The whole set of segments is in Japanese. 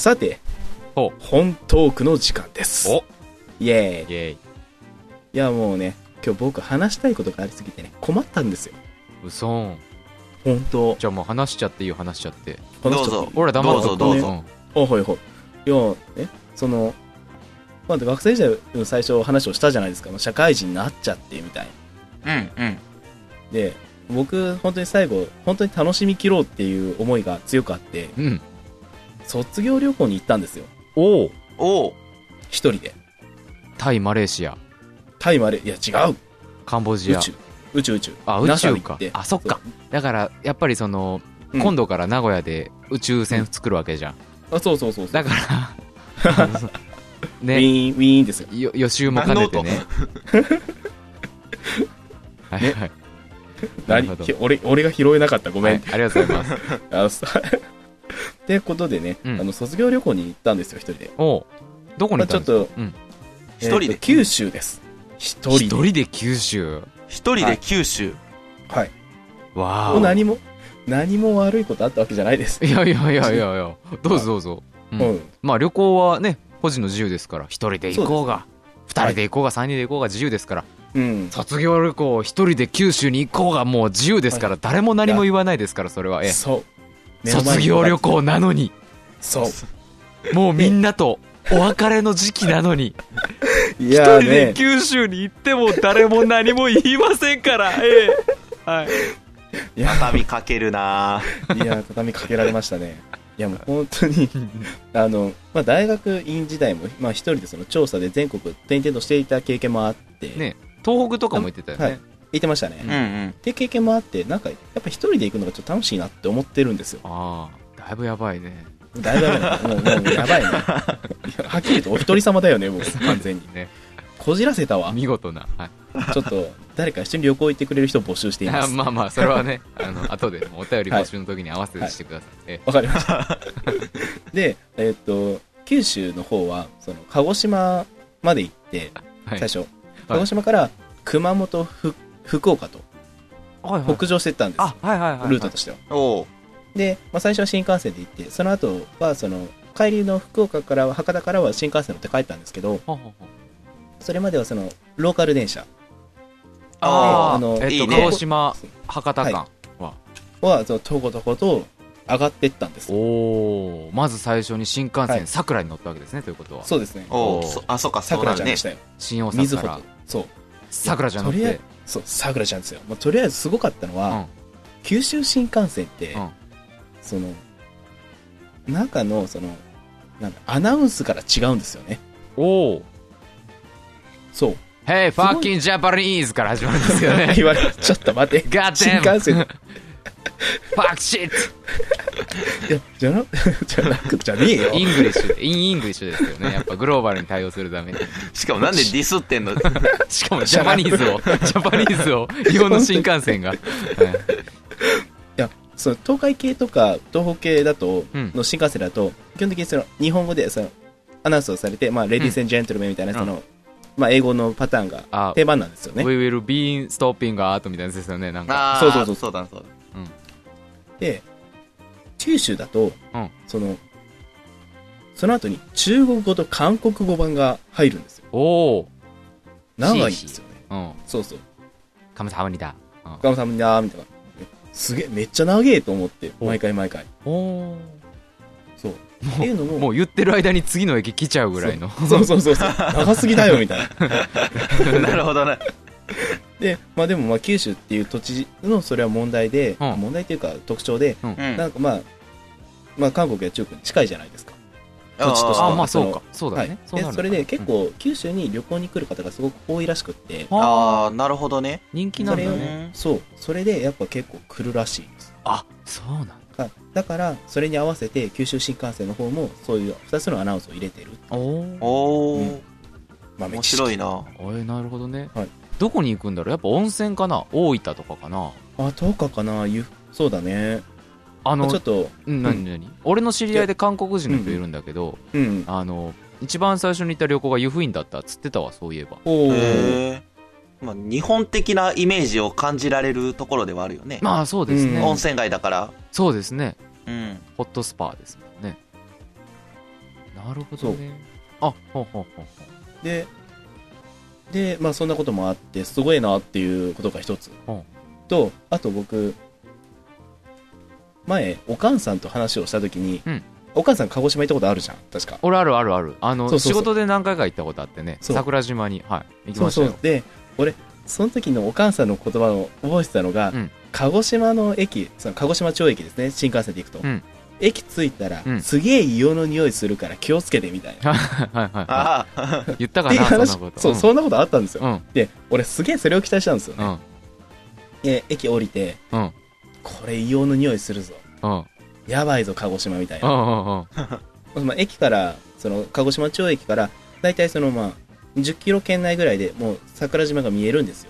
さて、本トークの時間です。イエーイ。いやもうね、今日僕話したいことがありすぎてね、困ったんですよ。 うそん。 ほんと。 じゃあもう話しちゃっていいよ、話しちゃって。 どうぞ。 俺ら黙っとく。 どうぞ。 はいはい。いや、まだ学生時代の最初話をしたじゃないですか。社会人になっちゃってみたいな。で、僕本当に最後本当に楽しみきろうっていう思いが強くあって、卒業旅行に行ったんですよ。 お一人で。 タイ、マレーシア。 いや違う。 カンボジア。 宇宙。 あ、宇宙か。あ、そっか。だからやっぱり今度から名古屋で宇宙船作るわけじゃん。 あ、そう。 だからね、 ウィーンですよ。 予習も兼ねてね。はいはい。 俺が拾えなかった。ごめん。 ありがとうございます。 ってことでね、卒業旅行に行ったんですよ、一人で。 どこに行ったんですか？ 一人で九州です。一人で九州。 はい。 わー。 何も悪いことあったわけじゃないです。 いや。どうぞ。まあ旅行はね、個人の自由ですから、一人で行こうが、二人で行こうが、三人で行こうが自由ですから。卒業旅行一人で九州に行こうがもう自由ですから、誰も何も言わないですから、それは。 そう。 卒業旅行なのに。 そう。 もうみんなとお別れの時期なのに。一人で九州に行っても誰も何も言いませんから。はい。 畳かけるな。 いや、畳かけられましたね。いやもう本当に大学院時代も一人で調査で全国転々としていた経験もあってね、東北とかも行ってたよね。はい、 行ってましたね。っていう経験もあって、なんかやっぱ一人で行くのがちょっと楽しいなって思ってるんですよ。 ああ、だいぶやばいね。 だいぶやばいね。もうやばいね。はっきり言うとお一人様だよね、もう完全にね。こじらせたわ。 見事な。はい。 ちょっと誰か一緒に旅行行ってくれる人を募集しています。 まあそれはね、後でお便り募集の時に合わせてしてください。 わかりました。で、九州の方は鹿児島まで行って、最初鹿児島から熊本、福岡と北上していったんです。ルートとしては。で、最初は新幹線で行って、その後は帰りの福岡から博多からは新幹線乗って帰ったんですけど、それまではローカル電車。 鹿児島博多間はとことこと上がっていったんです。 まず最初に新幹線さくらに乗ったわけですね、ということは。 そうですね。 そうか、 さくらちゃんでしたよ。 新大阪から。そう。さくらちゃん乗って。 そう、さくらちゃんですよ。とりあえずすごかったのは、九州新幹線って、中のアナウンスから違うんですよね。そう。 Hey, fucking Japanese から始まるんですよね。 言われちょっと待って。新幹線。 Fuck shit! いや、じゃねえよ。 イングリッシュですよね。やっぱグローバルに対応するために。 しかもなんでディスってんの？ しかもジャパニーズを、日本の新幹線が。いや、東海系とか東北系だと、の新幹線だと、基本的に日本語でアナウンスをされて、レディース&ジェントルメンみたいな英語のパターンが定番なんですよね。 We will be stopping at みたいなやつですよね。なんか。 そうだ。で、九州だと、その後に中国語と韓国語版が入るんですよ。長いんですよね。そう。 カムサハムニダ。 カムサハムニダみたいな。すげえ、めっちゃ長えと思って、毎回。そう。っていうのもう言ってる間に次の駅来ちゃうぐらいの。 そう長すぎだよみたいな。なるほどね。 ででも九州っていう土地のそれは問題で、問題っていうか特徴で、なんか韓国や中国に近いじゃないですか。土地としては。 そうだね。 それで結構九州に旅行に来る方がすごく多いらしくって。 なるほどね。 人気なんだね。 そう。それでやっぱ結構来るらしいです。 そうなんだ。 だからそれに合わせて九州新幹線の方もそういう2つのアナウンスを入れてる。 面白いな。 なるほどね。どこに行くんだろう。やっぱ温泉かな。大分とかかな。 どうかな。そうだね。ちょっと何俺の知り合いで韓国人の人いるんだけど、一番最初に行った旅行が湯布院だったっつってたわ、そういえば。 日本的なイメージを感じられるところではあるよね。 そうですね。 温泉街だから。 そうですね。ホットスパですもんね。 なるほどね。あ、ほうほうほうほう。で、まあそんなこともあって、すごいなっていうことが一つ。と、あと僕、前、おかんさんと話をしたときに、お母さん鹿児島行ったことあるじゃん、確か。 俺あるあるある。仕事で何回か行ったことあってね、桜島に、はい、行きましたよ。 そうで、俺、その時のお母さんの言葉を覚えてたのが、鹿児島の駅、その鹿児島町駅ですね、新幹線で行くと。駅着いたら、すげえ硫黄の匂いするから気をつけてみたいな。 言ったかな、そんなこと。 そう、そんなことあったんですよ。で、俺すげえそれを期待したんですよね。駅降りて、これ硫黄の匂いするぞ。やばいぞ鹿児島みたいな。駅からその鹿児島町駅からだいたいそのまあ10キロ圏内ぐらいでもう桜島が見えるんですよ。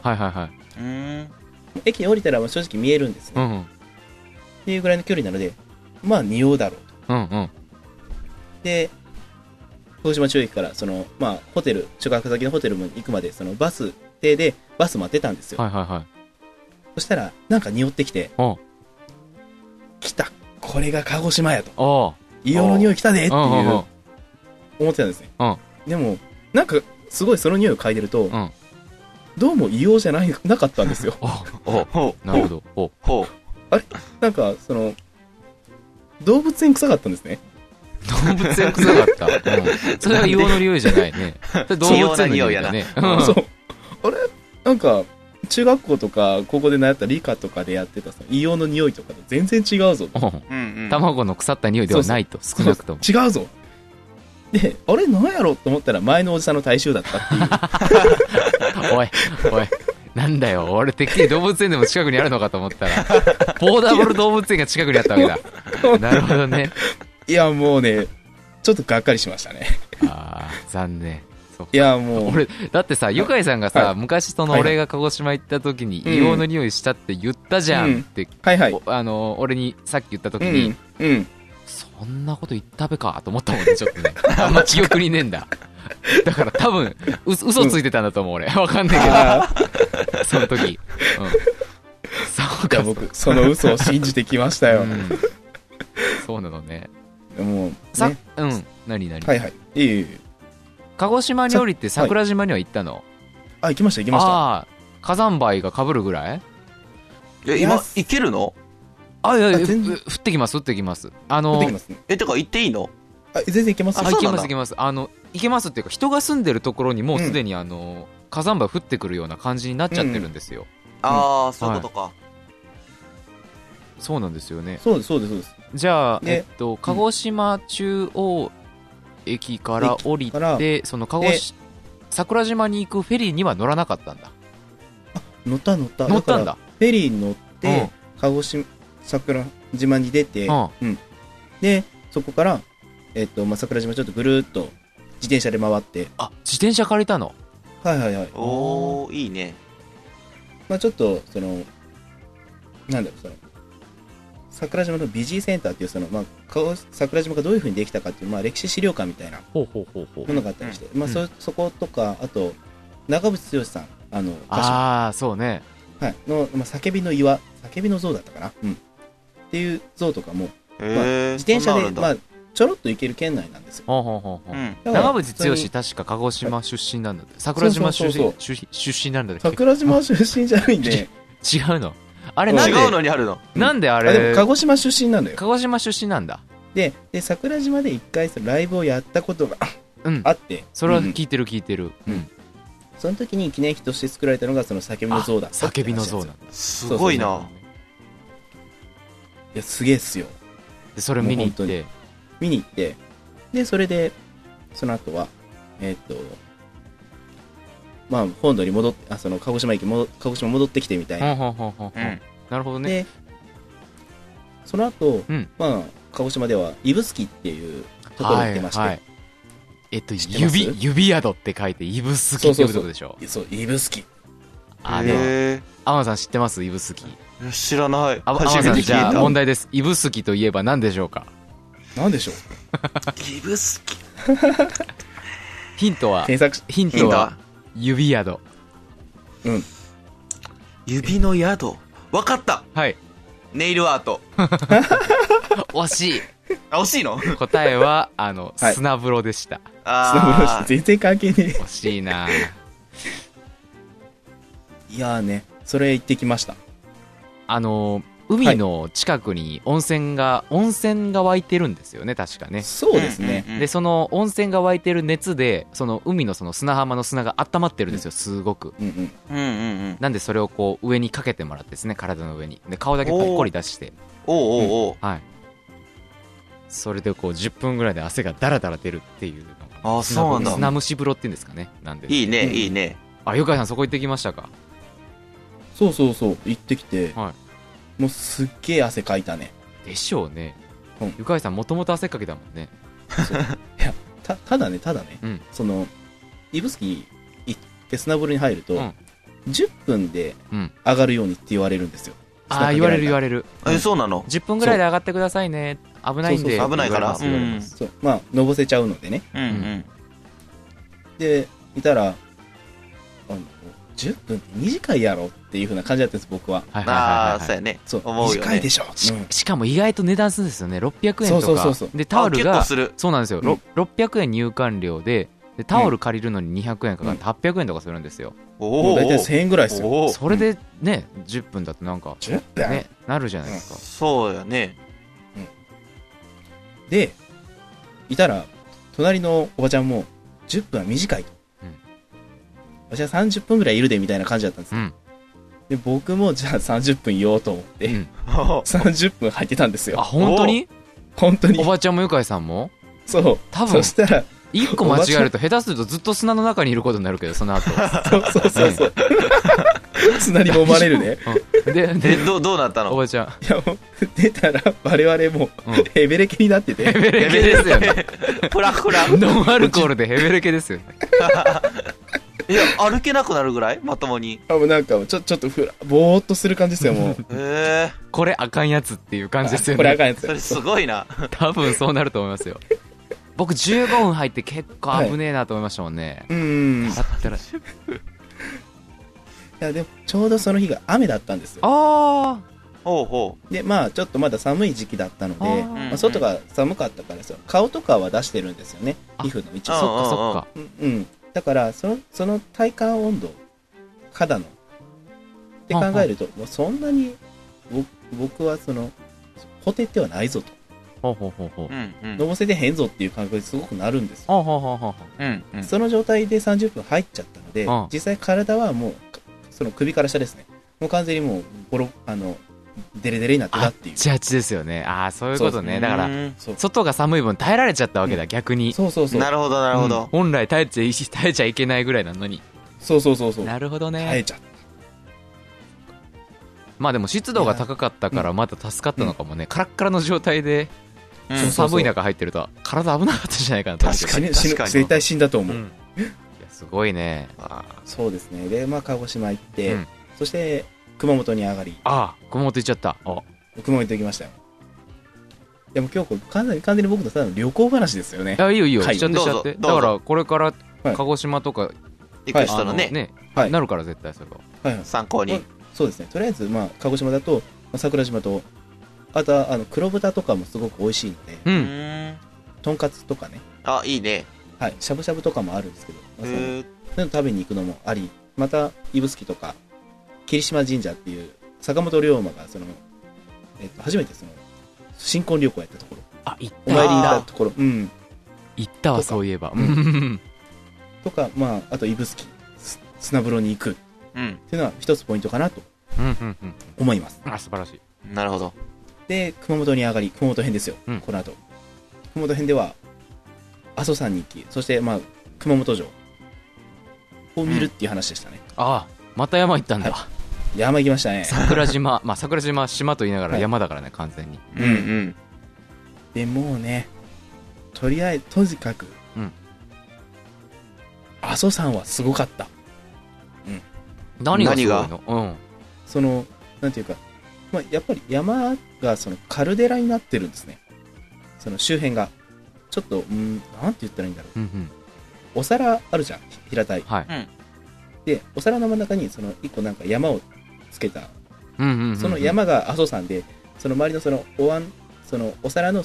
駅降りたら正直見えるんですね。っていうぐらいの距離なので、まあ匂うだろうと。で鹿児島町駅からそのまあホテル、宿泊先のホテルに行くまでそのバス停でバス待ってたんですよ。そしたらなんか匂ってきて、来た、これが鹿児島やと。硫黄の匂い来たでっていう思ってたんですね。でもなんかすごいその匂いを嗅いでると、どうも硫黄じゃなかったんですよ。 なるほど。 あれなんかその動物園臭かったんですね。 動物園臭かった。それは硫黄の匂いじゃないね。動物園の匂いだね。 そう。あれなんか中学校とか高校で習った理科とかでやってた硫黄の匂いとかと全然違うぞ。 卵の腐った匂いではないと。少なくとも違うぞ。で、あれ何やろと思ったら前のおじさんの体臭だったっていう。 おいなんだよ、俺てっきり動物園でも近くにあるのかと思ったらポーダブル動物園が近くにあったわけだ。なるほどね。 いやもうね、ちょっとがっかりしましたね。 残念。 いやもう俺だってさ、ゆかいさんがさ、昔その俺が鹿児島行った時に硫黄の匂いしたって言ったじゃんって、俺にさっき言った時に、そんなこと言ったべかと思ったもんね、ちょっとね。あんま記憶にねえんだ。だから多分嘘ついてたんだと思う俺。わかんないけどその時。 そうか、僕その嘘を信じてきましたよ。 そうなのね。 もう何鹿児島に降りて桜島には行ったの？ 行きました。 火山灰が被るぐらい？ 今行けるの？ いや降ってきます。 てか行っていいの？ 全然行けます。 行けます。行けますっていうか、人が住んでるところにもうすでに火山灰降ってくるような感じになっちゃってるんですよ。 そういうことか。 そうなんですよね。 そうです。 じゃあ鹿児島中央駅から降りて、その桜島に行くフェリーには乗らなかったんだ。 乗ったんだ。フェリーに乗って鹿児島桜島に出て、でそこから桜島ちょっとぐるっと自転車で回って。 自転車借りたの？ おー、いいね。 まあちょっとそのなんだろう、その桜島のビジーセンターっていうその、まあ、桜島がどういう風にできたかっていう、まあ、歴史資料館みたいなものがあったりして、まあそことか、あと長渕剛さん歌手、 そうね、 の、まあ、叫びの像だったかな、っていう像とかも、自転車で、まあ、ちょろっと行ける県内なんですよ。 長渕剛確か鹿児島出身なんだって。桜島出身なんだっけ？ 桜島出身じゃないんで。 違うの？あれなんで？ 違うのにあるの？ なんであれ？ でも鹿児島出身なんだよ。 鹿児島出身なんだ。 で桜島で一回ライブをやったことがあって、 それは聞いてる。 その時に記念碑として作られたのがその叫びの像だった。 叫びの像なんだ。 すごいな。 いやすげえっすよ。 でそれ見に行って、 でそれでその後はまあ本土に戻ってその鹿児島戻ってきてみたいな。 なるほどね。 でその後、まあ鹿児島では指宿っていうところに行ってまして、 指宿って書いて指宿っていうところでしょ。 そう指宿。 天野さん知ってます？指宿。 知らない。 天野さん、じゃあ問題です。指宿といえば何でしょうか？ 何でしょう？ 指宿。 ヒントは指宿。 指の宿。わかった。 はい。 ネイルアート。 惜しい。 あ、惜しいの？ 答えは、砂風呂でした。 砂風呂全然関係ねえ。 惜しいな。 いやーね、それ行ってきました。 海の近くに温泉が湧いてるんですよね、確かね。 そうですね。 で、その温泉が湧いてる熱で、その海のその砂浜の砂が温まってるんですよ、すごく。なんでそれをこう上にかけてもらってですね、体の上に。で、顔だけぽっこり出して。はい。それでこう10分ぐらいで汗がダラダラ出るっていうのが。 そうなんだ。 砂蒸し風呂っていうんですかね。なんで。 いいね、いいね。 ゆかいさんそこ行ってきましたか？ そう、行ってきて。はい。もうすっげえ汗かいたね。 でしょうね。ゆかいさんもともと汗かけたもんね。 いや、ただね、その、指宿行って砂風呂に入ると、10分で上がるようにって言われるんですよ。 言われる。 そうなの？ 10 分ぐらいで上がってくださいね。危ないんで。 危ないから。 そう。まあ、のぼせちゃうのでね。で、いたら、10分って短いやろっていう風な感じだったんです、僕は。 そうやね。 そう、短いでしょ。 しかも意外と値段するんですよね。600円とか。 そう。 で、タオルが、そうなんですよ。600円入館料で、タオル借りるのに200円かかって800円とかするんですよ。 大体1000円ぐらいですよ。 それでね、10分だとなんか、 10分ね、なるじゃないですか。 そうやね。 で、いたら、隣のおばちゃんも、10分は短いと。私は30分ぐらいいるでみたいな感じだったんですよ。で、僕もじゃあ30分いようと思って、30分入ってたんですよ。 本当に？ 本当に。 おばちゃんもゆかいさんも？ そう。 多分。 そしたら、 1個間違えると下手するとずっと砂の中にいることになるけど、その後。 そう。砂に揉まれるね。 で、どうなったの？ おばちゃん。 いや、もう、出たら我々もヘベレケになってて。 ヘベレケですよね。 フラフラ。 ノンアルコールでヘベレケですよね。 いや、歩けなくなるぐらいまともに。 もうなんか、ちょっとぼーっとする感じですよ、もう。 これあかんやつっていう感じですよね。 これあかんやつ。 それすごいな。 多分そうなると思いますよ。僕15分入って結構危ねえなと思いましたもんね。だったら。いや、でも、ちょうどその日が雨だったんですよ。で、まあ、ちょっとまだ寒い時期だったので、外が寒かったからさ、顔とかは出してるんですよね。皮膚の一部。 そっか。 だからその体感温度、肌のって考えると、もうそんなに僕はほてってはないぞと。のぼせてへんぞっていう感覚ですごくなるんですよ。その状態で30分入っちゃったので、実際体はもう、その首から下ですね。もう完全にもう、デレデレになってたっていう。 あっちあっちですよね。そういうことね。だから、外が寒い分耐えられちゃったわけだ、逆に。 そう。 なるほど。 本来耐えちゃいけないぐらいなのに。 そう。 なるほどね。 耐えちゃった。 まあでも湿度が高かったからまた助かったのかもね。カラッカラの状態で、寒い中入ってると、体危なかったんじゃないかなと思って。 確かに。絶対死んだと思う。いや、 すごいね。 そうですね。で、まあ、鹿児島行って、そして、熊本に上がり。 熊本行っちゃった。 熊本行ってきましたよ。でも今日完全に僕のただの旅行話ですよね。 いいよ。しちゃって。だから、これから、鹿児島とか、 行く人のね、 なるから絶対それは。参考に。 そうですね。とりあえず、まあ、鹿児島だと、桜島と、あとは、黒豚とかもすごく美味しいので、とんかつとかね。 いいね。 はい。しゃぶしゃぶとかもあるんですけど、そういうの食べに行くのもあり、また、指宿とか、霧島神社っていう、坂本龍馬が、初めて新婚旅行やったところ。お参りに行ったところ。行ったわ、そういえば。 とか、まあ、あと、指宿、砂風呂に行く。っていうのは一つポイントかなと思います。 素晴らしい。 なるほど。 で、熊本に上がり、熊本編ですよ、この後。熊本編では、阿蘇山に行き、そして、まあ、熊本城を見るっていう話でしたね。 また山行ったんだ。 山行きましたね。 桜島、桜島、島と言いながら山だからね、完全に。 で、もうね、とにかく、阿蘇山はすごかった。 何がすごいの？ なんていうか、まあ、やっぱり山がカルデラになってるんですね。周辺が。ちょっと、なんて言ったらいいんだろう。お皿あるじゃん、平たい。で、お皿の真ん中に、一個なんか山をつけた。その山が阿蘇山で、その周りのお皿の端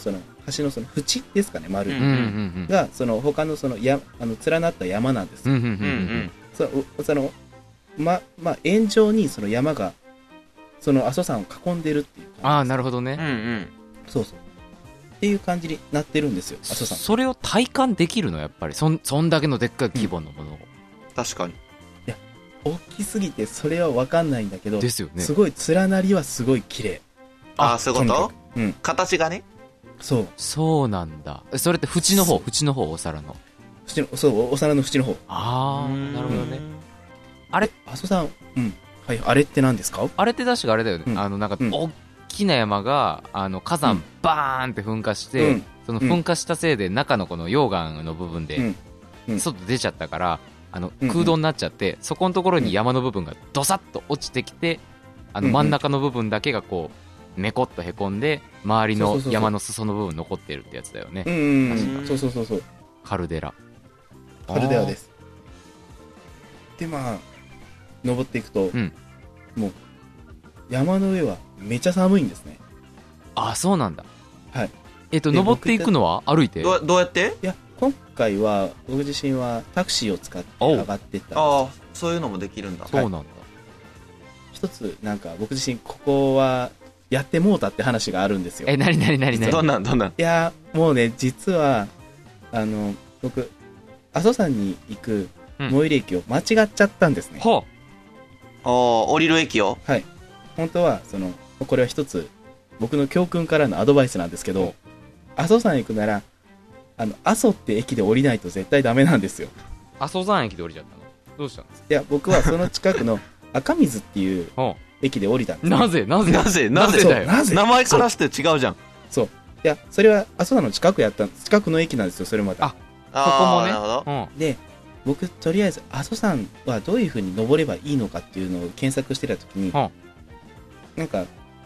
橋のその縁ですかね、丸い、がその他のその連なった山なんですよ。その円状にその山がその阿蘇山を囲んでるっていう感じです。 ああ、なるほどね。 そうそう。っていう感じになってるんですよ、阿蘇山。 それを体感できるの、やっぱりそんだけのでっかい規模のものを。 確かに。いや、大きすぎてそれは分かんないんだけど、 ですよね。 すごい連なりはすごい綺麗。 ああ、そういうこと？ うん。 形がね。 そうなんだ。それって縁の方、お皿の。 そう、お皿の縁の方。 ああ、なるほどね。あれ、 阿蘇山、はい、あれって何ですか？ あれって確かあれだよね。なんか、大きな山が、火山バーンって噴火して、その噴火したせいで中のこの溶岩の部分で、外出ちゃったから、空洞になっちゃって、そこのところに山の部分がドサッと落ちてきて、真ん中の部分だけがこう、めこっとへこんで、周りの山の裾の部分残ってるってやつだよね。 そう。 カルデラです。で、登っていくと、もう山の上はめっちゃ寒いんですね。 あ、そうなんだ。 はい。 登っていくのは歩いて？ どうやって？ いや、今回は僕自身はタクシーを使って上がってったんです。 ああ、そういうのもできるんだ。 そうなんだ。 一つなんか僕自身ここはやってもうたって話があるんですよ。 なにどんなんいや、もうね、実は僕阿蘇山に行く最寄り駅を間違っちゃったんですね。 降りる駅を。 はい。本当はこれは一つ僕の教訓からのアドバイスなんですけど、阿蘇山行くなら阿蘇って駅で降りないと絶対ダメなんですよ。 阿蘇山駅で降りちゃったの？どうしたんですか？ いや、僕はその近くの赤水っていう駅で降りたんです、ね。 なぜだよ。名前からして違うじゃん。 そう。いや、それは阿蘇山の近くの駅なんですよ、それまた。 そこもね。 なるほど。 で、僕とりあえず阿蘇山はどういう風に登ればいいのかっていうのを検索してた時に、なんか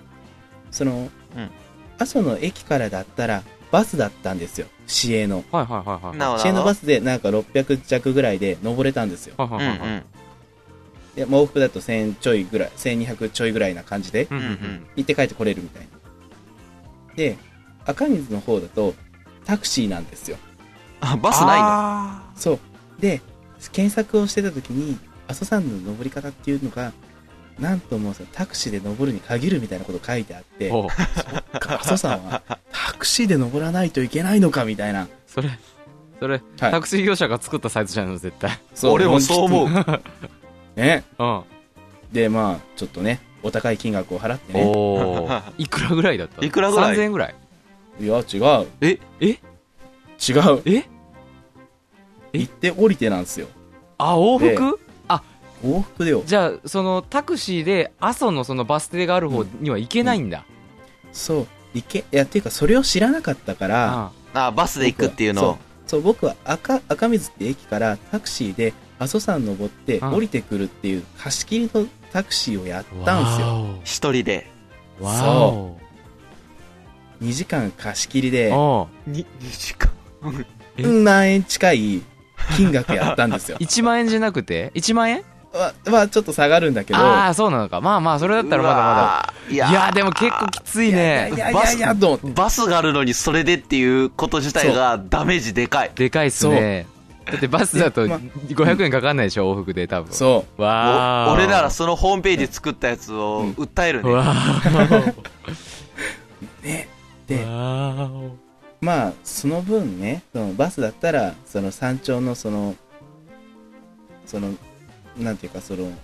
阿蘇の駅からだったらバスだったんですよ、市営の。市営のバスでなんか600弱ぐらいで登れたんですよ。で、往復だと1000ちょいぐらい、1200ちょいぐらいな感じで行って帰ってこれるみたいな。で、赤水の方だとタクシーなんですよ。 バスないんだ。 そうで、検索をしてた時に阿蘇山の登り方っていうのがなんともタクシーで登るに限るみたいなこと書いてあって、そっか、阿蘇山はタクシーで登らないといけないのかみたいな。 それ、はい、タクシー業者が作ったサイトじゃんの、絶対。 俺もそう思う。 ね。で、ちょっとね、お高い金額を払ってね。 いくらぐらいだった？ いくらぐらい？ 3000円ぐらい？ いや、違う。 違う。 行って降りてなんですよ。 往復？ 往復だよ。 じゃあそのタクシーで阿蘇のそのバス停がある方には行けないんだ。 そう、いやっていうかそれを知らなかったから、 バスで行くっていうのを。 そう、僕は赤水って駅からタクシーで阿蘇山登って降りてくるっていう貸し切りのタクシーをやったんですよ。 一人で。 そう。2時間貸し切りで 2時間何円近い金額やったんですよ。 1万円じゃなくて1万円はちょっと下がるんだけど。 そうなのか。それだったらまだまだ。いやでも結構きついね。 バスがあるのにそれでっていうこと自体がダメージでかい。 でかいっすね。だってバスだと500円かかんないでしょ、往復で多分。 そう。 俺ならそのホームページ作ったやつを訴えるね。 ね。で、その分ね、バスだったらその山頂のなんていうか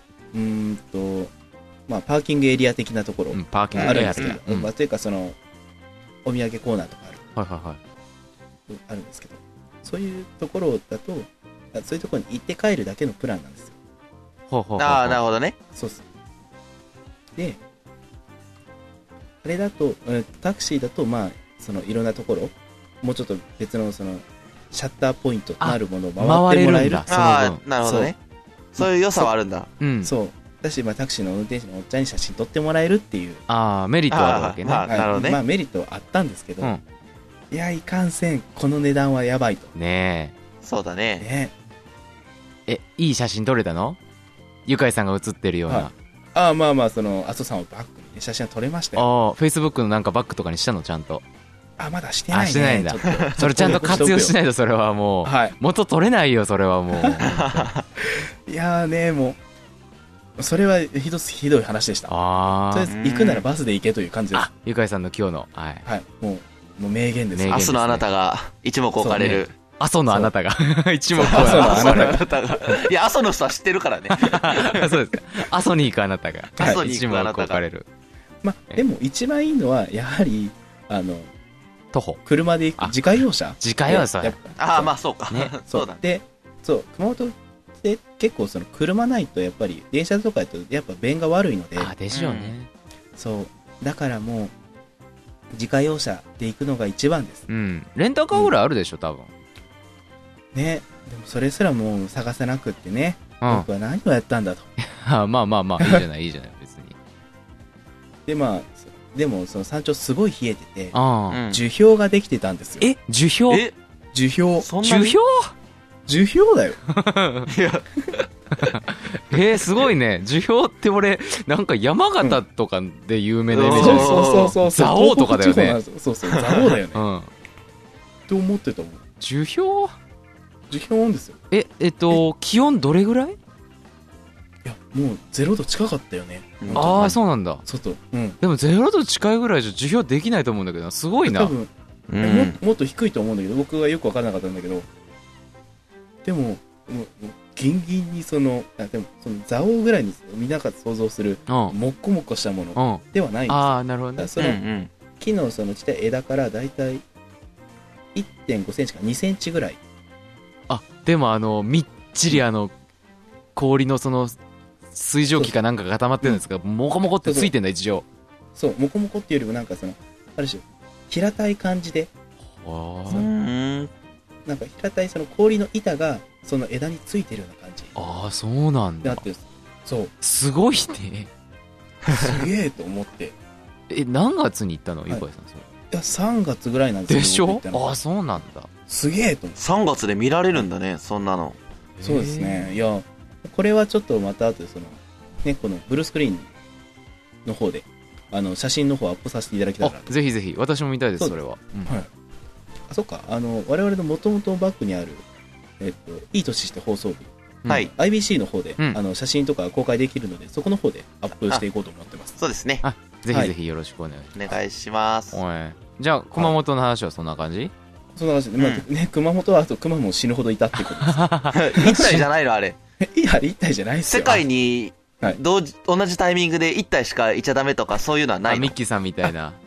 パーキングエリア的なところがあるんですけど、というかお土産コーナーとかあるんですけど、そういうところだと、そういうところに行って帰るだけのプランなんですよ。 なるほどね。 そうっす。で、あれだと、タクシーだといろんなところ、もうちょっと別のシャッターポイントとなるものを回ってもらえる。 なるほどね。そういう良さはあるんだ。 そうだし、タクシーの運転手のおっちゃんに写真撮ってもらえるっていうメリットあるわけね。 なるほどね。 メリットはあったんですけど、いや、いかんせんこの値段はやばいと。 ねえ、そうだね。 いい写真撮れたの？ゆかいさんが写ってるような。 阿蘇山をバックに写真は撮れましたよ。 フェイスブックのなんかバックとかにしたの？ちゃんと。 まだしてないね。 してないんだ。それちゃんと活用しないと、それはもう、元取れないよ、それはもう。 いやーね、もう、それはひどい話でした。とりあえず、行くならバスで行けという感じです。 ゆかいさんの今日の、 もう名言です。 明日のあなたが一目置かれる。 阿蘇のあなたが一目置かれる。阿蘇のあなたが。いや、阿蘇の人は知ってるからね。 そうですか。阿蘇に行くあなたが一目置かれる。 でも一番いいのは、やはり、 徒歩。 車で行く、自家用車。 自家用車。 まあそうか。 そうだ。で、熊本って結構車ないとやっぱり、電車とかだとやっぱ便が悪いので。 でしょうね。 そう。だからもう、自家用車で行くのが一番です。 レンタカーぐらいあるでしょ、多分。 ね。でもそれすらもう探せなくってね。僕は何をやったんだと。 まあ、いいじゃない、いいじゃない、別に。 でもその山頂すごい冷えてて、樹氷ができてたんですよ。 樹氷？ 樹氷。樹氷だよ。 すごいね。樹氷って俺、なんか山形とかで有名なイメージある。 そう。 蔵王とかだよね。 そう、蔵王だよね。って思ってたもん。 樹氷ですよ。 気温どれぐらい？ いや、もう0度近かったよね。 そうなんだ。 外。 でも0度近いぐらいじゃ樹氷できないと思うんだけど、すごいな。 多分、もっと低いと思うんだけど、僕はよく分からなかったんだけど、でも、ギンギンにでも蔵王ぐらいにみんなが想像するもっこもこしたものではないんですよ。 なるほどね。木のちっちゃい枝からだいたい 1.5 センチから2センチぐらい。 でもみっちり氷の水蒸気かなんかが固まってるんですが、モコモコってついてんだ、一応。 そう、モコモコっていうよりもなんかある種平たい感じで、なんか平たい氷の板がその枝についてるような感じ。 そうなんだ。 そう。 すごいね。 すげえと思って。 何月に行ったの、ゆかいさん、 それ。いや、3月ぐらいなんですよ。でしょ？そうなんだ。 すげえと思って。 3月で見られるんだね、そんなの。 そうですね。いや、これはちょっとまた後でこのブルースクリーンの方で、写真の方アップさせていただきたいなと。 ぜひぜひ、私も見たいです、それは。 そっか、我々の元々バックにある、いい年して放送部。IBC の方で、写真とか公開できるので、そこの方でアップしていこうと思ってます。 そうですね。 ぜひぜひよろしくお願いします。 お願いします。 じゃあ、熊本の話はそんな感じ？ そんな感じで、熊本はあと熊も死ぬほどいたっていうことです。 一体じゃないのあれ。 一体じゃないですよ。 世界に同じタイミングで一体しかいちゃダメとかそういうのはないの？ ミッキーさんみたいな。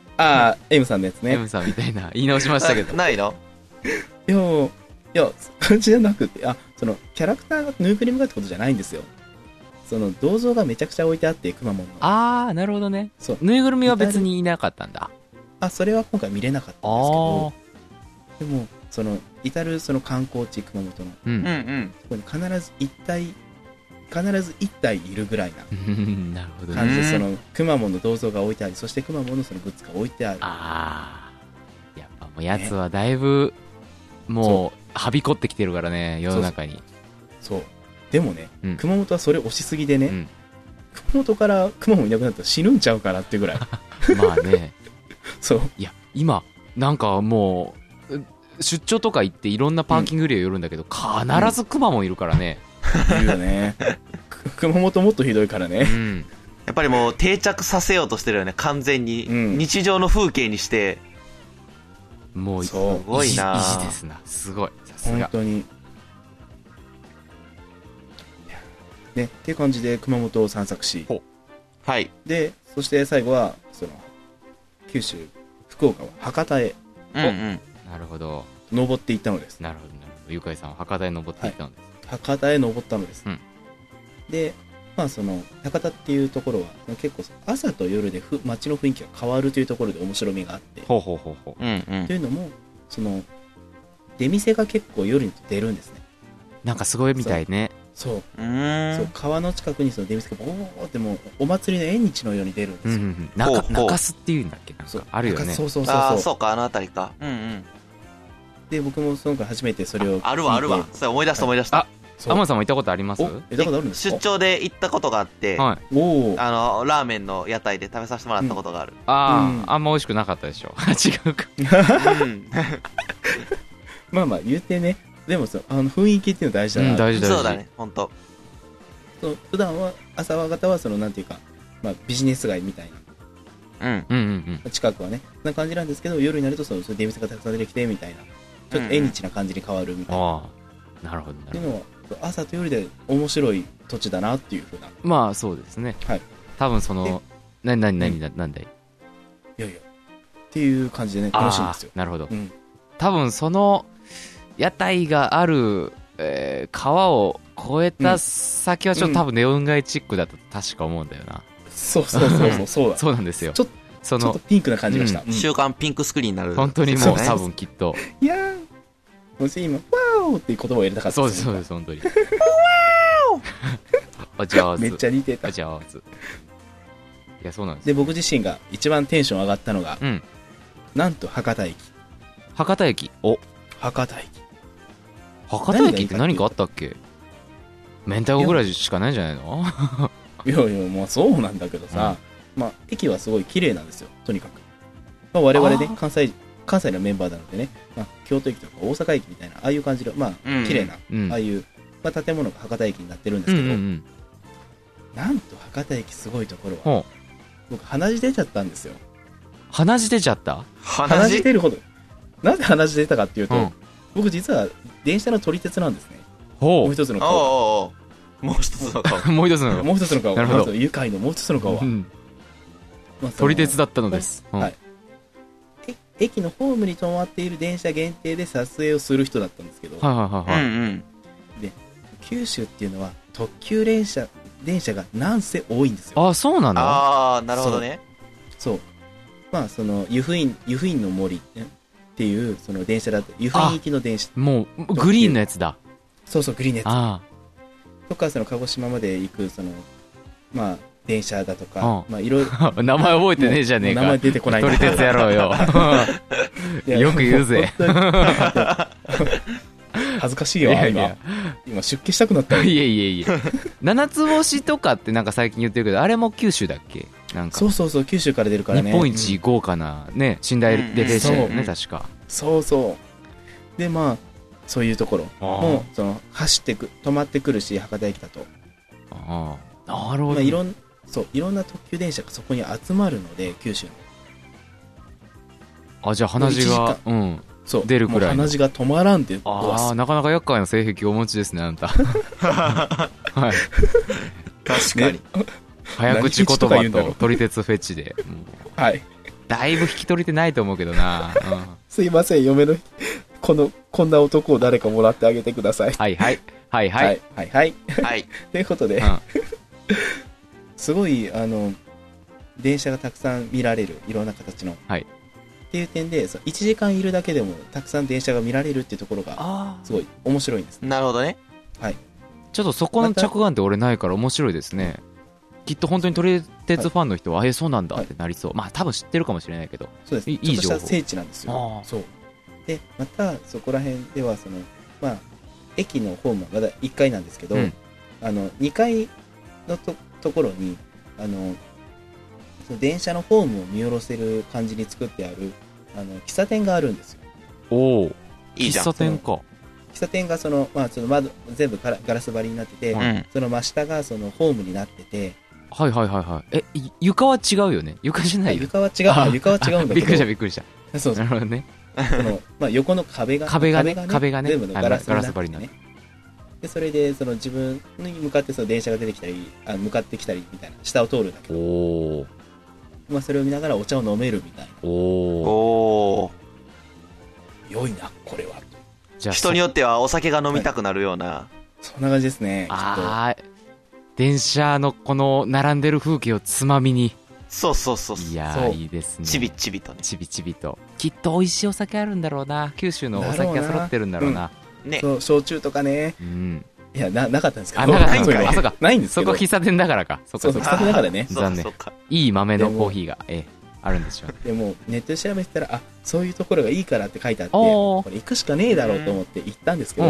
M さんのやつね。 M さんみたいな。言い直しましたけど。 ないの？ いや、それじゃなくて、キャラクターがぬいぐるみがってことじゃないんですよ。銅像がめちゃくちゃ置いてあって、熊本の。なるほどね。ぬいぐるみは別にいなかったんだ。 それは今回見れなかったんですけど、でも、至る観光地、熊本の、そこに必ず一体いるぐらいな感じで、熊本の銅像が置いてあり、そして熊本のグッズが置いてある。 やっぱもうやつはだいぶ、もう、はびこってきてるからね、世の中に。 そう。でもね、熊本はそれ押しすぎでね、熊本から熊本いなくなったら死ぬんちゃうかなってぐらい。 まあね。 そう。 いや、今、なんかもう、出張とか行っていろんなパーキングエリア寄るんだけど、必ず熊もいるからね。 いるよね。熊本もっとひどいからね。 やっぱりもう定着させようとしてるよね、完全に。日常の風景にして。 もう、 すごいな。 維持ですな。すごい。さすが。 本当に。ね、っていう感じで熊本を散策し、 はい。 で、そして最後は、九州、福岡は博多へ、 なるほど。 登っていったのです。 なるほど、なるほど。ゆかいさんは博多へ登っていったのです。 博多へ登ったのです。で、博多っていうところは、結構朝と夜で街の雰囲気が変わるというところで面白みがあって、というのも、出店が結構夜に出るんですね。 なんかすごいみたいね。 そう。川の近くに出店がボーってもうお祭りの縁日のように出るんですよ。 中洲っていうんだっけ？なんかあるよね。 そう。そうか、あの辺りか。 で、僕も初めてそれをあるわ。それ思い出した。 天野さんも行ったことあります？ 行ったことあるんですか？ 出張で行ったことがあって、 はい、 ラーメンの屋台で食べさせてもらったことがある。 あんま美味しくなかったでしょ。違うか。 まあまあ言うてね、でも雰囲気っていうの大事だな。 大事。 そうだね、本当。 普段は朝方はなんていうか、まあビジネス街みたいな、近くはねな感じなんですけど、夜になるとそういう出店がたくさん出てきてみたいな、ちょっと縁日な感じに変わるみたいな。 なるほど。 っていうのは朝と夜で面白い土地だなっていうふうな。 まあそうですね。 はい。 多分なんだい。いやっていう感じでね、楽しいんですよ。 なるほど。多分その屋台がある、川を越えた先はちょっと多分ネオン街チックだと確か思うんだよな。 そうだ。 そうなんですよ。 ちょっとピンクな感じがした。 週刊ピンクスクリーンになる。 本当にもう多分きっと。 いやー、もし今、ワーオっていう言葉を入れたかった。 そうです、本当に。ワーオ上手。 めっちゃ似てた。 上手。いや、そうなんです。 で、僕自身が一番テンション上がったのが、なんと博多駅。 博多駅って何かあったっけ？明太子ぐらいしかないんじゃないの？ いや、まあそうなんだけどさ、まあ駅はすごい綺麗なんですよ、とにかく。まあ、我々ね、関西のメンバーなのでね、まあ、京都駅とか大阪駅みたいな、ああいう感じの、まあ、綺麗な、ああいう、まあ、建物が博多駅になってるんですけど、なんと博多駅すごいところは、僕鼻血出ちゃったんですよ。 鼻血出ちゃった？ 鼻血出るほど。なぜ鼻血出たかっていうと、僕実は電車の撮り鉄なんですね。もう一つの顔。 もう一つの顔。 もう一つの顔。 なるほど。 愉快のもう一つの顔は。 撮り鉄だったのです。 はい。駅のホームに止まっている電車限定で撮影をする人だったんですけど。で、九州っていうのは特急電車がなんせ多いんですよ。 あ、そうなの？ なるほどね。 そう。まあ、湯布院の森っていうその電車だと、湯布院行きの電車。 もう、グリーンのやつだ。 そう、グリーンのやつ。とか、鹿児島まで行く、まあ、電車だとか、まあ、いろいろ。 名前覚えてねえじゃねえか。 名前出てこないんだ。撮り鉄やろうよ。よく言うぜ。 恥ずかしいよ、今出家したくなったよ。 いえ。七つ星とかってなんか最近言ってるけど、あれも九州だっけ？なんかそう、九州から出るからね。 日本一豪華なね、寝台列車だよね、確か。 そう。で、まあ、そういうところも、止まってくるし、博多駅だと。 なるほど。 いろんな特急電車がそこに集まるので、九州の。じゃあ鼻血が、出るくらい。 鼻血が止まらんって。 なかなか厄介な性癖をお持ちですね、あんた。はい。 確かに。 早口言葉と撮り鉄フェチで。 はい。 だいぶ引き取りてないと思うけどな。 すいません、嫁の、こんな男を誰かもらってあげてください。 はい。 ということで、すごい、電車がたくさん見られる、いろんな形の。 はい。 っていう点で、1時間いるだけでもたくさん電車が見られるっていうところが、すごい面白いんです。 なるほどね。 はい。 ちょっとそこの着眼って俺ないから面白いですね。きっと本当に撮り鉄ファンの人は、そうなんだってなりそう。まあ多分知ってるかもしれないけど。 そうです。いい情報。ちょっとした聖地なんですよ。そう。で、またそこら辺では、まあ、駅のホームはまだ1階なんですけど、2階のところに、その電車のホームを見下ろせる感じに作ってある、喫茶店があるんですよ。 いいじゃん。 喫茶店か。 喫茶店がまあ、窓、全部ガラス張りになってて、その真下がホームになってて、 はい。床は違うよね？床じゃないよ。 床は違うんだけど。 びっくりした。そう。なるほどね。 まあ、横の壁がね、 全部のガラス張りになってね。で、それで、自分に向かって電車が出てきたり、向かってきたりみたいな、下を通るんだけど。まあ、それを見ながらお茶を飲めるみたいな。良いな、これは。 人によってはお酒が飲みたくなるような。 そんな感じですね。 電車のこの並んでる風景をつまみに。 そう。 いやー、いいですね。 ちびちびとね。 ちびちびと。きっと美味しいお酒あるんだろうな。九州のお酒が揃ってるんだろうな。 ね。そう、焼酎とかね。いや、なかったんですけど。 ないんですけど。そこ喫茶店だからか。 そう、喫茶店だからね。 残念。いい豆のコーヒーが、あるんでしょう。 でも、ネットで調べてたら、そういうところがいいからって書いてあって、これ行くしかねえだろうと思って行ったんですけど、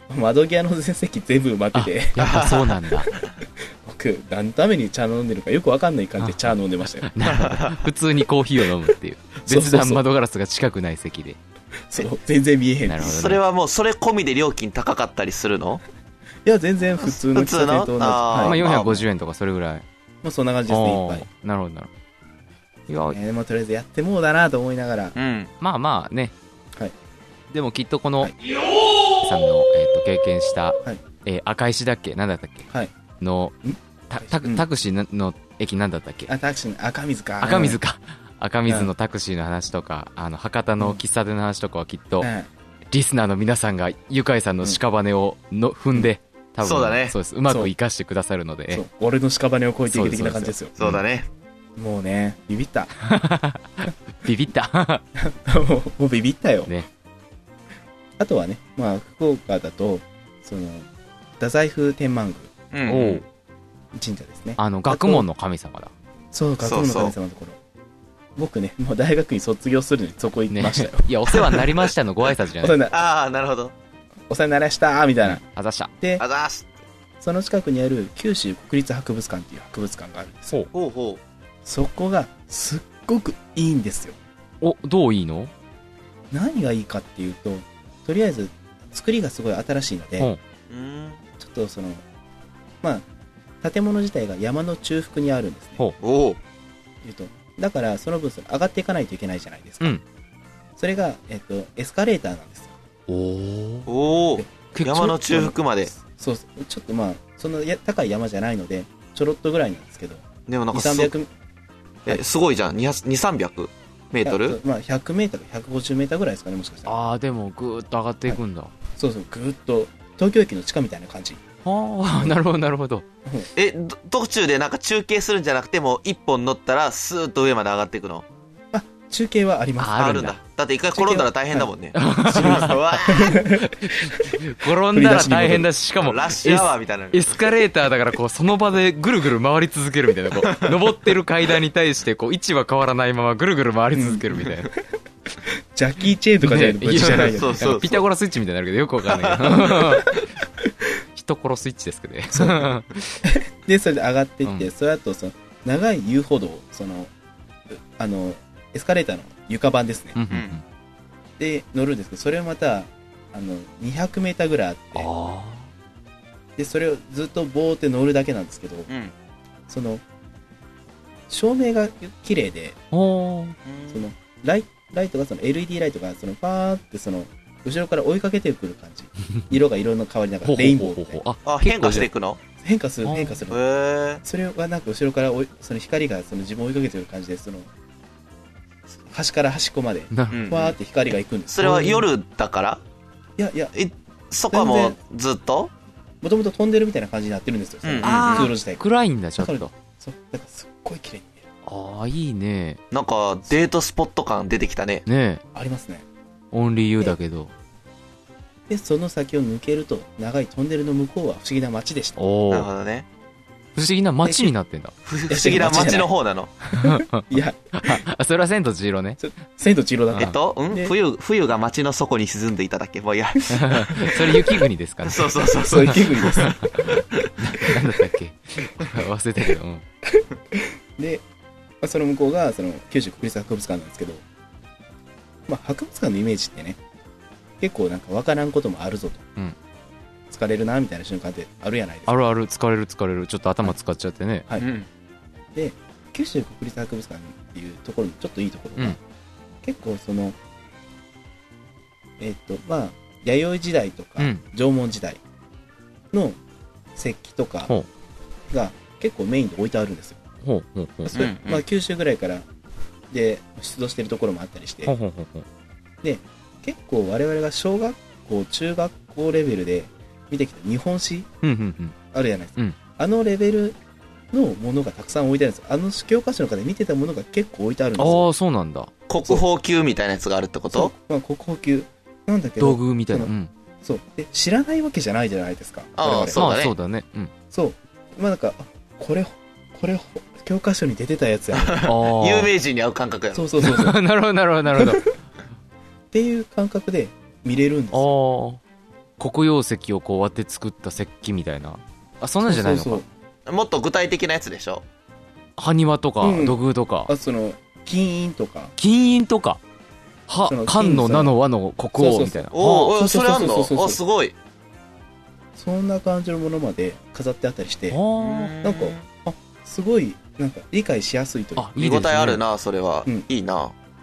窓際の全席全部埋まっててやっぱそうなんだ。 僕何のために茶飲んでるかよく分かんない感じで茶飲んでましたよ。 なるほど。普通にコーヒーを飲むっていう。別段窓ガラスが近くない席で。 そう全然見えへん。 なるほど、ね、 それはもうそれ込みで料金高かったりするの？ いや全然普通の喫茶店と同じ。 まあ450円とかそれぐらい。 まあそんな感じですね。いっぱい。 なるほどなるほど。 でもとりあえずやってもうだなと思いながら、 うん、 まあまあね、 はい、 でもきっとこの、はい、さんの、経験した、はい、赤石だっけなんだったっけ、はい、のタクシーの駅なんだったっけ、 タクシーの赤水か赤水のタクシーの話とか、博多の喫茶店の話とかはきっと、リスナーの皆さんがゆかいさんの屍を踏んで、多分そうだね、 そうです、うまく生かしてくださるので、 俺の屍を越えていく的な感じですよ。 そうだね、 もうねビビったビビったもうビビったよ、 ね、 あとはね、まあ福岡だとその太宰府天満宮神社ですね。 学問の神様だ。 そう、学問の神様のところ。僕ね、もう大学院卒業するのにそこ行きましたよ。 いや、お世話になりましたのご挨拶じゃない。 ああ、なるほど。 お世話になりましたみたいな。 あざした。 で、 あざし。 その近くにある九州国立博物館っていう博物館があるんですよ。 ほうほう。 そこがすっごくいいんですよ。 どういいの？ 何がいいかっていうと、とりあえず作りがすごい新しいので、ちょっとその、まあ、建物自体が山の中腹にあるんですね。 おだからその分上がっていかないといけないじゃないですか。うん、それが、エスカレーターなんですよ。 おお。山の中腹まで。 そう、ちょっとまあそんな高い山じゃないのでちょろっとぐらいなんですけど。 でもなんか 200、 すごいじゃん。200-300メートル？ まあ100メートル、150メートルぐらいですかね、もしかしたら。 ああ、でもぐーっと上がっていくんだ。 そうそう、ぐーっと東京駅の地下みたいな感じ。 はあ、なるほどなるほど。 途中でなんか中継するんじゃなくても一本乗ったらスーッと上まで上がっていくの？ あ、中継はあります。 あるんだ。だって一回転んだら大変だもんね。 転んだら大変だし、しかもラッシュアワーみたいな。 エスカレーターだからこうその場でぐるぐる回り続けるみたいな、こう登ってる階段に対してこう位置は変わらないままぐるぐる回り続けるみたいな。 ジャッキーチェーンとかじゃ無事じゃないよね。 ピタゴラスイッチみたいになるけどよくわかんないけど。一コロスイッチですけどね。 でそれで上がっていって、その後その長い遊歩道、そのエスカレーターの床板ですね、で乗るんですけど、それをまた200メーターぐらいあって、でそれをずっとボーって乗るだけなんですけど、その照明が綺麗で、そのライトがその LED ライトがそのパーってその後ろから追いかけてくる感じ。色が色の変わりながらレインボーみたいな。 変化していくの？ 変化する。それがなんか後ろからその光がその自分を追いかけてくる感じで、その端から端っこまでふわーって光がいくんです。 それは夜だから？いやそこはもうずっともともと飛んでるみたいな感じになってるんですよ。通路自体暗いんだちょっと。 そうだからすっごい綺麗に見える。 ああ、いいね。 なんかデートスポット感出てきたね。 ね、 ありますね。 オンリーユーだけど。 でその先を抜けると長いトンネルの向こうは不思議な街でした。 なるほどね。 不思議な街になってんだ。 不思議な街の方なの？ いや、 それは千と千尋ね。 千と千尋だった。 冬が街の底に沈んでいただけ。もういや。 それ雪国ですかね。 そう雪国です。 なんだったっけ？忘れたけど。 で、その向こうがその九州国立博物館なんですけど、まあ博物館のイメージってね、結構なんか分からんこともあるぞと、疲れるなみたいな瞬間ってあるやないですか。 あるある、疲れるちょっと頭使っちゃってね。 はい。で九州国立博物館っていうところのちょっといいところが、結構そのまあ弥生時代とか、縄文時代の石器とかが結構メインで置いてあるんですよ。まあ九州ぐらいからで出土してるところもあったりして、で結構我々が小学校中学校レベルで見てきた日本史あるじゃないですか、あのレベルのものがたくさん置いてあるんですよ。教科書の中で見てたものが結構置いてあるんですよ。 ああ、そうなんだ。 国宝級みたいなやつがあるってこと？ まあ、国宝級なんだけど道具みたいな、 そうで知らないわけじゃないじゃないですか。 そうだね。 そうまあなんかこれ教科書に出てたやつや有名人に会う感覚やろ。 そうなるほどっていう感覚で見れるんですよ。 黒曜石をこう割って作った石器みたいな、そんなんじゃないのか。そうそうそう、もっと具体的なやつでしょ。 埴輪とか、土偶とか、 金印とか、 金印とか、漢の名の和の国王みたいな。 それあんの？すごい。 そんな感じのものまで飾ってあったりして、なんかすごいなんか理解しやすいというか、 見応えあるな、それは。いいな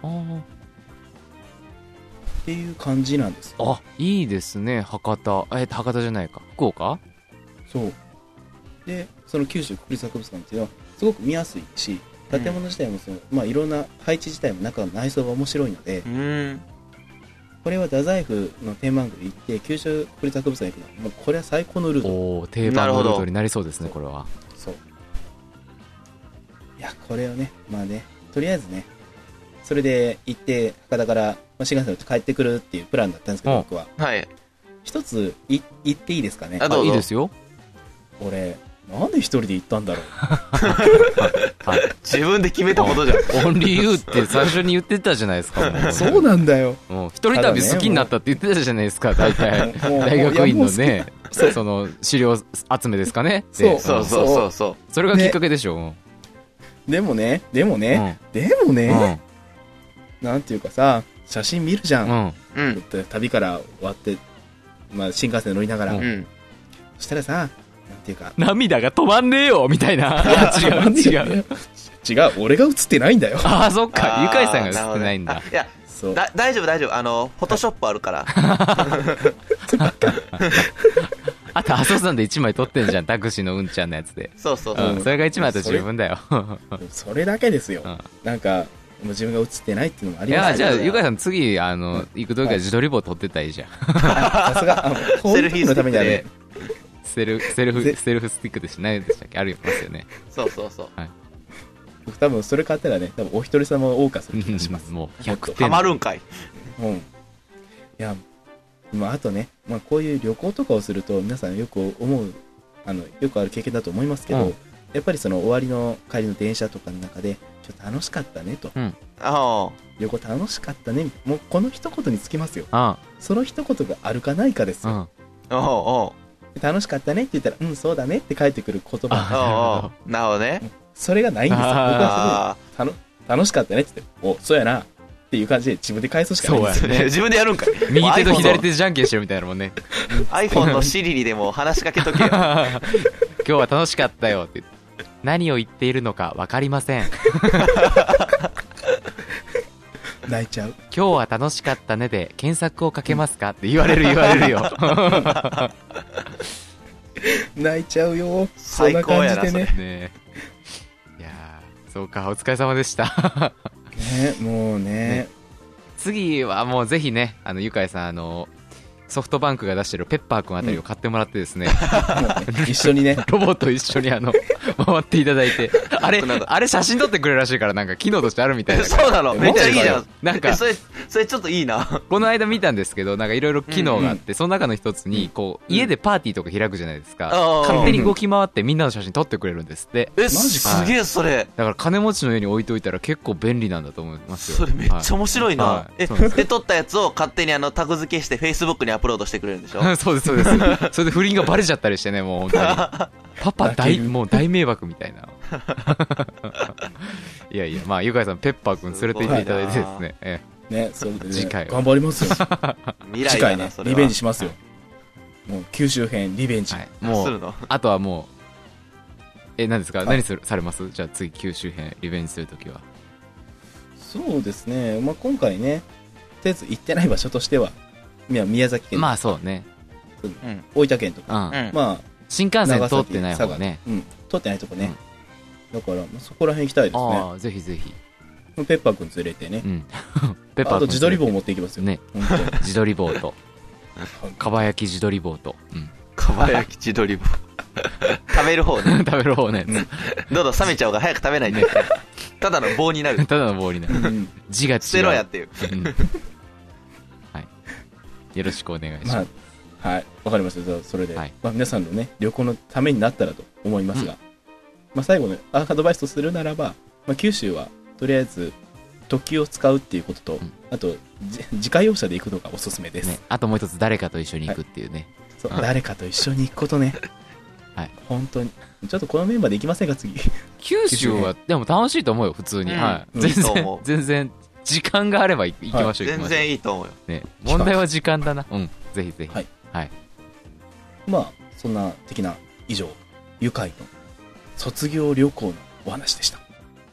っていう感じなんです。 いいですね。博多じゃないか、福岡。そうで、その九州国立博物館っていうのはすごく見やすいし、建物自体もいろんな配置自体も中の内装が面白いので、これは太宰府の天満宮行って九州国立博物館行くのはもうこれは最高のルート。 定番のルートになりそうですね、これは。そう、 いやこれをね、まあね、とりあえずね、それで行って博多から新幹線で帰ってくるっていうプランだったんですけど、僕は一つ言っていいですかね。 いいですよ。 俺なんで一人で行ったんだろう自分で決めたことじゃん。 オンリーユーって最初に言ってたじゃないですか。 そうなんだよ。 一人旅好きになったって言ってたじゃないですか、大体。大学院のね、その資料集めですかね。 そう。 それがきっかけでしょ。 でもね、なんていうかさ、写真見るじゃん。旅から終わって、新幹線乗りながら。そしたらさ、なんていうか、 涙が止まんねえよみたいな。違う、 俺が映ってないんだよ。 そっか、ゆかいさんが映ってないんだ。 いや、大丈夫、フォトショップあるから。 あと、阿蘇山で1枚撮ってんじゃん、タクシーのうんちゃんのやつで。 そう。それが1枚だと十分だよ。 それだけですよ。なんか、もう自分が映ってないっていうのもあります。 じゃあ、ゆかいさん次、行くときは自撮り棒撮ってたらいいじゃん。 さすが、 セルフィーのためにはね。 セルフスティックでしないでしたっけ？ありますよね。 そう。 僕多分それ買ったらね、多分お一人様を謳歌する気がします。 もう100点。 ハマるんかい。 いや、あとね、こういう旅行とかをすると皆さんよく思う、よくある経験だと思いますけど、やっぱりその終わりの帰りの電車とかの中で、ちょっと楽しかったねと。旅行楽しかったね。もうこの一言につきますよ。その一言があるかないかですよ。楽しかったねって言ったら、そうだねって返ってくる言葉。 なるほどね。 それがないんですよ。僕はすごい楽しかったねって言って、そうやなっていう感じで自分で返すしかないんですよね。 自分でやるんかい。 右手と左手でじゃんけんしてるみたいなもんね。 iPhone のシリにでも話しかけとけよ。 今日は楽しかったよって言って。何を言っているのか分かりません。 泣いちゃう。 今日は楽しかったねで検索をかけますかって言われるよ。 泣いちゃうよ。 最高やな、そんな感じでね。 いやそうか、お疲れ様でした。 もうね。 次はもうぜひね、ゆかいさん、ソフトバンクが出してるペッパーくんあたりを買ってもらってですね、 一緒にね、 ロボと一緒に回っていただいて、あれ写真撮ってくれるらしいから、なんか機能としてあるみたいな。 そうなの、めっちゃいいじゃん。 なんかそれちょっといいな。 この間見たんですけど、なんかいろいろ機能があって、その中の一つにこう家でパーティーとか開くじゃないですか。勝手に動き回ってみんなの写真撮ってくれるんですって。 マジすげえそれ。 だから金持ちの家に置いといたら結構便利なんだと思いますよ。 それめっちゃ面白いな。で撮ったやつを勝手にタグ付けして Facebook にアップロードしてくれるんでしょ。 そうです。それで不倫がバレちゃったりしてね、もう本当にパパもう大迷惑みたいな。いや、ゆかいさんペッパーくん連れて行っていただいてですね、 それで次回頑張りますよ。次回ね、リベンジしますよ。もう九州編リベンジ。 もうあとはもう何ですか？何されます？じゃあ次九州編リベンジするときは。 そうですね。今回ね、とりあえず行ってない場所としては。宮崎県、 そうね、 大分県とか、 新幹線通ってない方がね、 通ってないとこね、だからそこら辺行きたいですね。 ぜひぜひペッパーくん連れてね、 ペッパーくんあと自撮り棒持っていきますよね。自撮り棒とかば焼き自撮り棒とかば焼き自撮り棒食べる方ね。 食べる方ね。 どうぞ冷めちゃうが早く食べないで。ただの棒になる。 ただの棒になる。字が違う。 捨てろやっていう。 よろしくお願いします。 はい、わかりました。それで、皆さんのね、旅行のためになったらと思いますが、最後ね、アドバイスとするならば、九州はとりあえず特急を使うっていうことと、あと自家用車で行くのがおすすめです、ね、 あともう一つ誰かと一緒に行くっていうね、 そう、誰かと一緒に行くことね。はい、本当にちょっとこのメンバーで行きませんか次。 九州はでも楽しいと思うよ普通に、はい、全然時間があれば行きましょう、 全然いいと思うよ、 ね、問題は時間だな。ぜひぜひ。はい、 まあそんな的な以上愉快の卒業旅行のお話でした。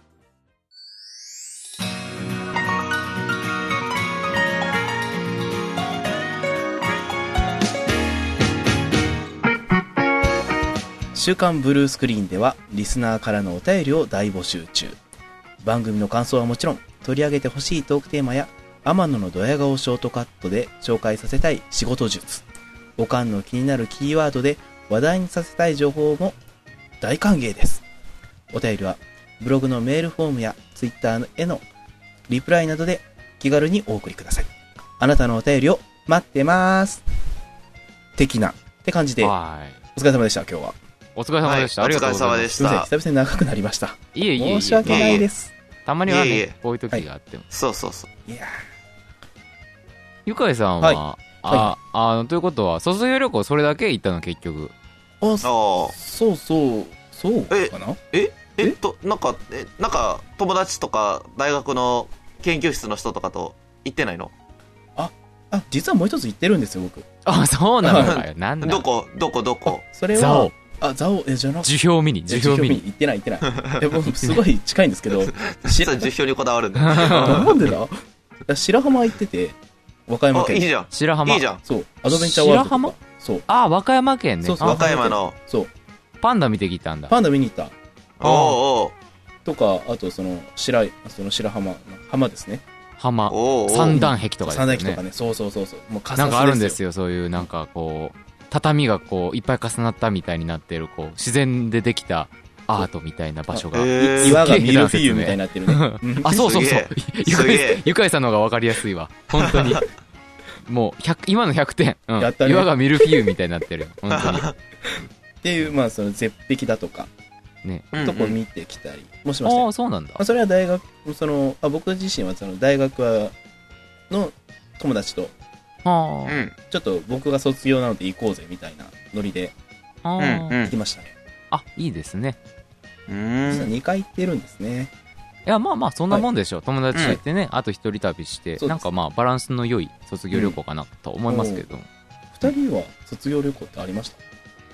週刊ブルースクリーンではリスナーからのお便りを大募集中。番組の感想はもちろん、取り上げてほしいトークテーマや天野のドヤ顔ショートカットで紹介させたい仕事術、おかんの気になるキーワードで話題にさせたい情報も大歓迎です。お便りはブログのメールフォームやツイッターへのリプライなどで気軽にお送りください。あなたのお便りを待ってます的なって感じで、お疲れ様でした。今日はお疲れ様でした。ありがとうございました。 すみません、久々に長くなりました。 いえいえ、 申し訳ないです。 たまにはね、こういう時があっても。 そうそうそう。 いやゆかいさんは、ということは、卒業旅行それだけ行ったの結局。 そうかな。 なんか友達とか大学の研究室の人とかと行ってないの？ 実はもう一つ行ってるんですよ、僕。 そうなのかよ。なんだ。 どこそれはザオじゃなくて樹氷見に行ってない僕すごい近いんですけど実は樹氷にこだわるんだ。 なんでだ。白浜行ってて、和歌山県。 いいじゃん。 白浜。 いいじゃん。 そう、アドベンチャーワールド。 白浜？ そう。 和歌山県ね。 そう、和歌山の。 そう。 パンダ見てきたんだ。 パンダ見に行った。 おとか、あとその白浜、浜ですね。 浜。三段壁とかですね。 三段壁とかね。そう。もうなんかあるんですよ、そういうなんかこう、畳がこういっぱい重なったみたいになってるこう自然でできたアートみたいな場所が、 岩がミルフィーユみたいになってるね。 そうゆかいさんの方が分かりやすいわ本当に。もう今の100点、岩がミルフィーユみたいになってる本当に。 っていう、まあその絶壁だとかね、 とこ見てきたりもしました。 そうなんだ。 それは大学僕自身はその大学の友達とちょっと僕が卒業なので行こうぜみたいなノリで行きましたね。 いいですね。 2回行ってるんですね。 いや、まあそんなもんでしょ。友達と行ってね、あと一人旅して、なんかまあバランスの良い卒業旅行かなと思いますけど。 2人は卒業旅行ってありました？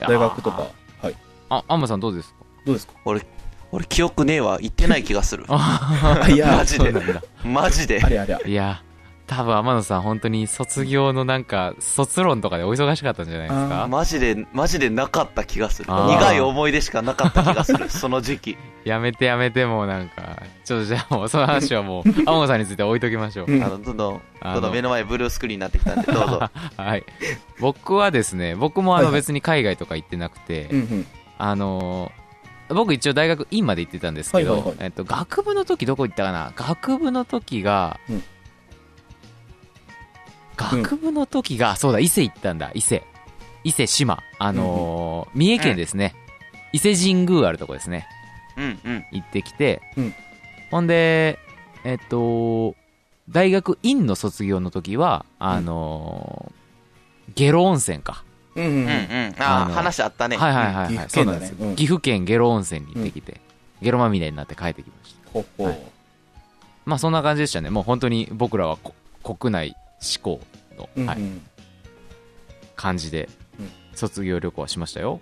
大学とか。はい。 アンマさんどうですか？ 俺記憶ねえわ。行ってない気がする。 いや、 マジで。 あれ。 いや、多分天野さん本当に卒業のなんか卒論とかでお忙しかったんじゃないですか？ マジでなかった気がする。苦い思い出しかなかった気がする。その時期。 やめてもうなんかちょっとじゃあもうその話はもう天野さんについて置いときましょう。 どんどん目の前ブルースクリーンになってきたんでどうぞ。 はい。僕はですね、僕も別に海外とか行ってなくて、僕一応大学院まで行ってたんですけど、学部の時どこ行ったかな。学部の時が、そうだ、伊勢行ったんだ。伊勢志摩。三重県ですね。伊勢神宮あるとこですね。行ってきて、ほんで、大学院の卒業の時は、下呂温泉か。 話あったね。 はい。そうなんです。岐阜県下呂温泉に行ってきて、下呂まみれになって帰ってきました。まあそんな感じでしたね。もう本当に僕らは国内志向の感じで卒業旅行はしましたよ。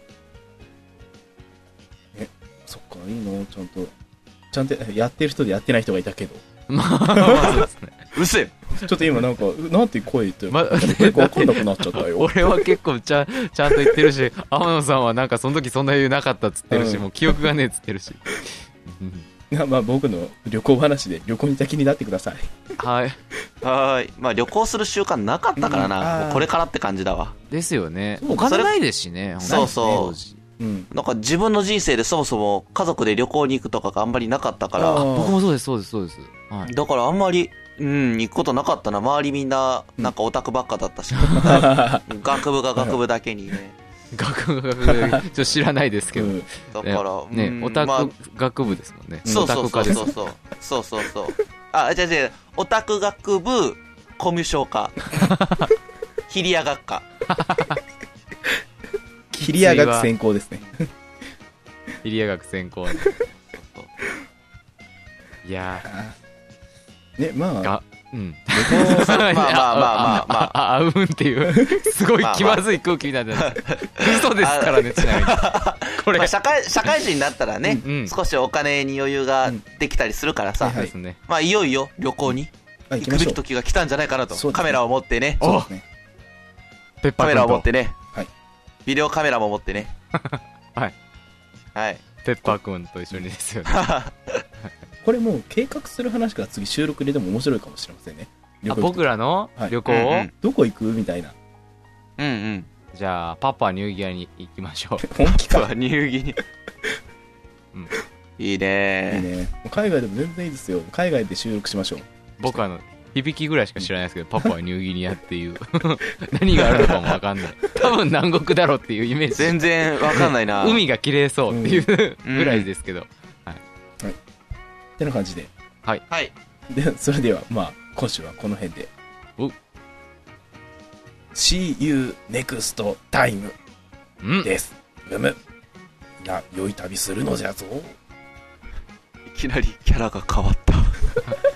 そっか、いいの。ちゃんとやってる人でやってない人がいたけど。 まあそうですね。 うるせえ。 ちょっと今なんかなんて声言ってるか結構分かんなくなっちゃったよ。 俺は結構ちゃんと言ってるし、天野さんはなんかその時そんな余裕なかったっつってるし、もう記憶がねえっつってるし。 まあ僕の旅行話で旅行に先になってください。 はい。まあ旅行する習慣なかったからな。もうこれからって感じだわ。 ですよね。お金ないですしね。 そう。なんか自分の人生でそもそも家族で旅行に行くとかがあんまりなかったから。 僕もそうです。 だからあんまり行くことなかったな。周りみんななんかオタクばっかだったし、学部が学部だけにね。 学部ちょっと知らないですけど、 だからね、オタク学部ですもんね。 そう。 違う、オタク学部、コミュ障科。キリア学科。 キリア学専攻ですね。 キリア学専攻ね。いやー。ね、まあ。 うん。まあ。 うんっていう、すごい気まずい空気になってる。嘘ですからね、ちなみに。これ。 社会人になったらね、少しお金に余裕ができたりするからさ、まあ、いよいよ旅行に行くべき時が来たんじゃないかなと。カメラを持ってね。カメラを持ってね。ビデオカメラも持ってね。 はい。 はい。 ペッパーくんと一緒にですよね。 これもう計画する話から次収録入れても面白いかもしれませんね。 僕らの旅行をどこ行くみたいな。 うんうん。 じゃあパパニューギアに行きましょう。 本気か。 ニューギニ。いいね。 いいね。海外でも全然いいですよ。海外で収録しましょう。 僕響きぐらいしか知らないですけど、パパはニューギニアっていう何があるのかもわかんない。多分南国だろうっていうイメージ。 全然わかんないな。 海が綺麗そうっていうぐらいですけど。 ってな感じで。 はい。 はい。 で、それでは、まあ、今週はこの辺で。See you next time です。むむ。みんな、良い旅するのじゃぞ。 いきなりキャラが変わった。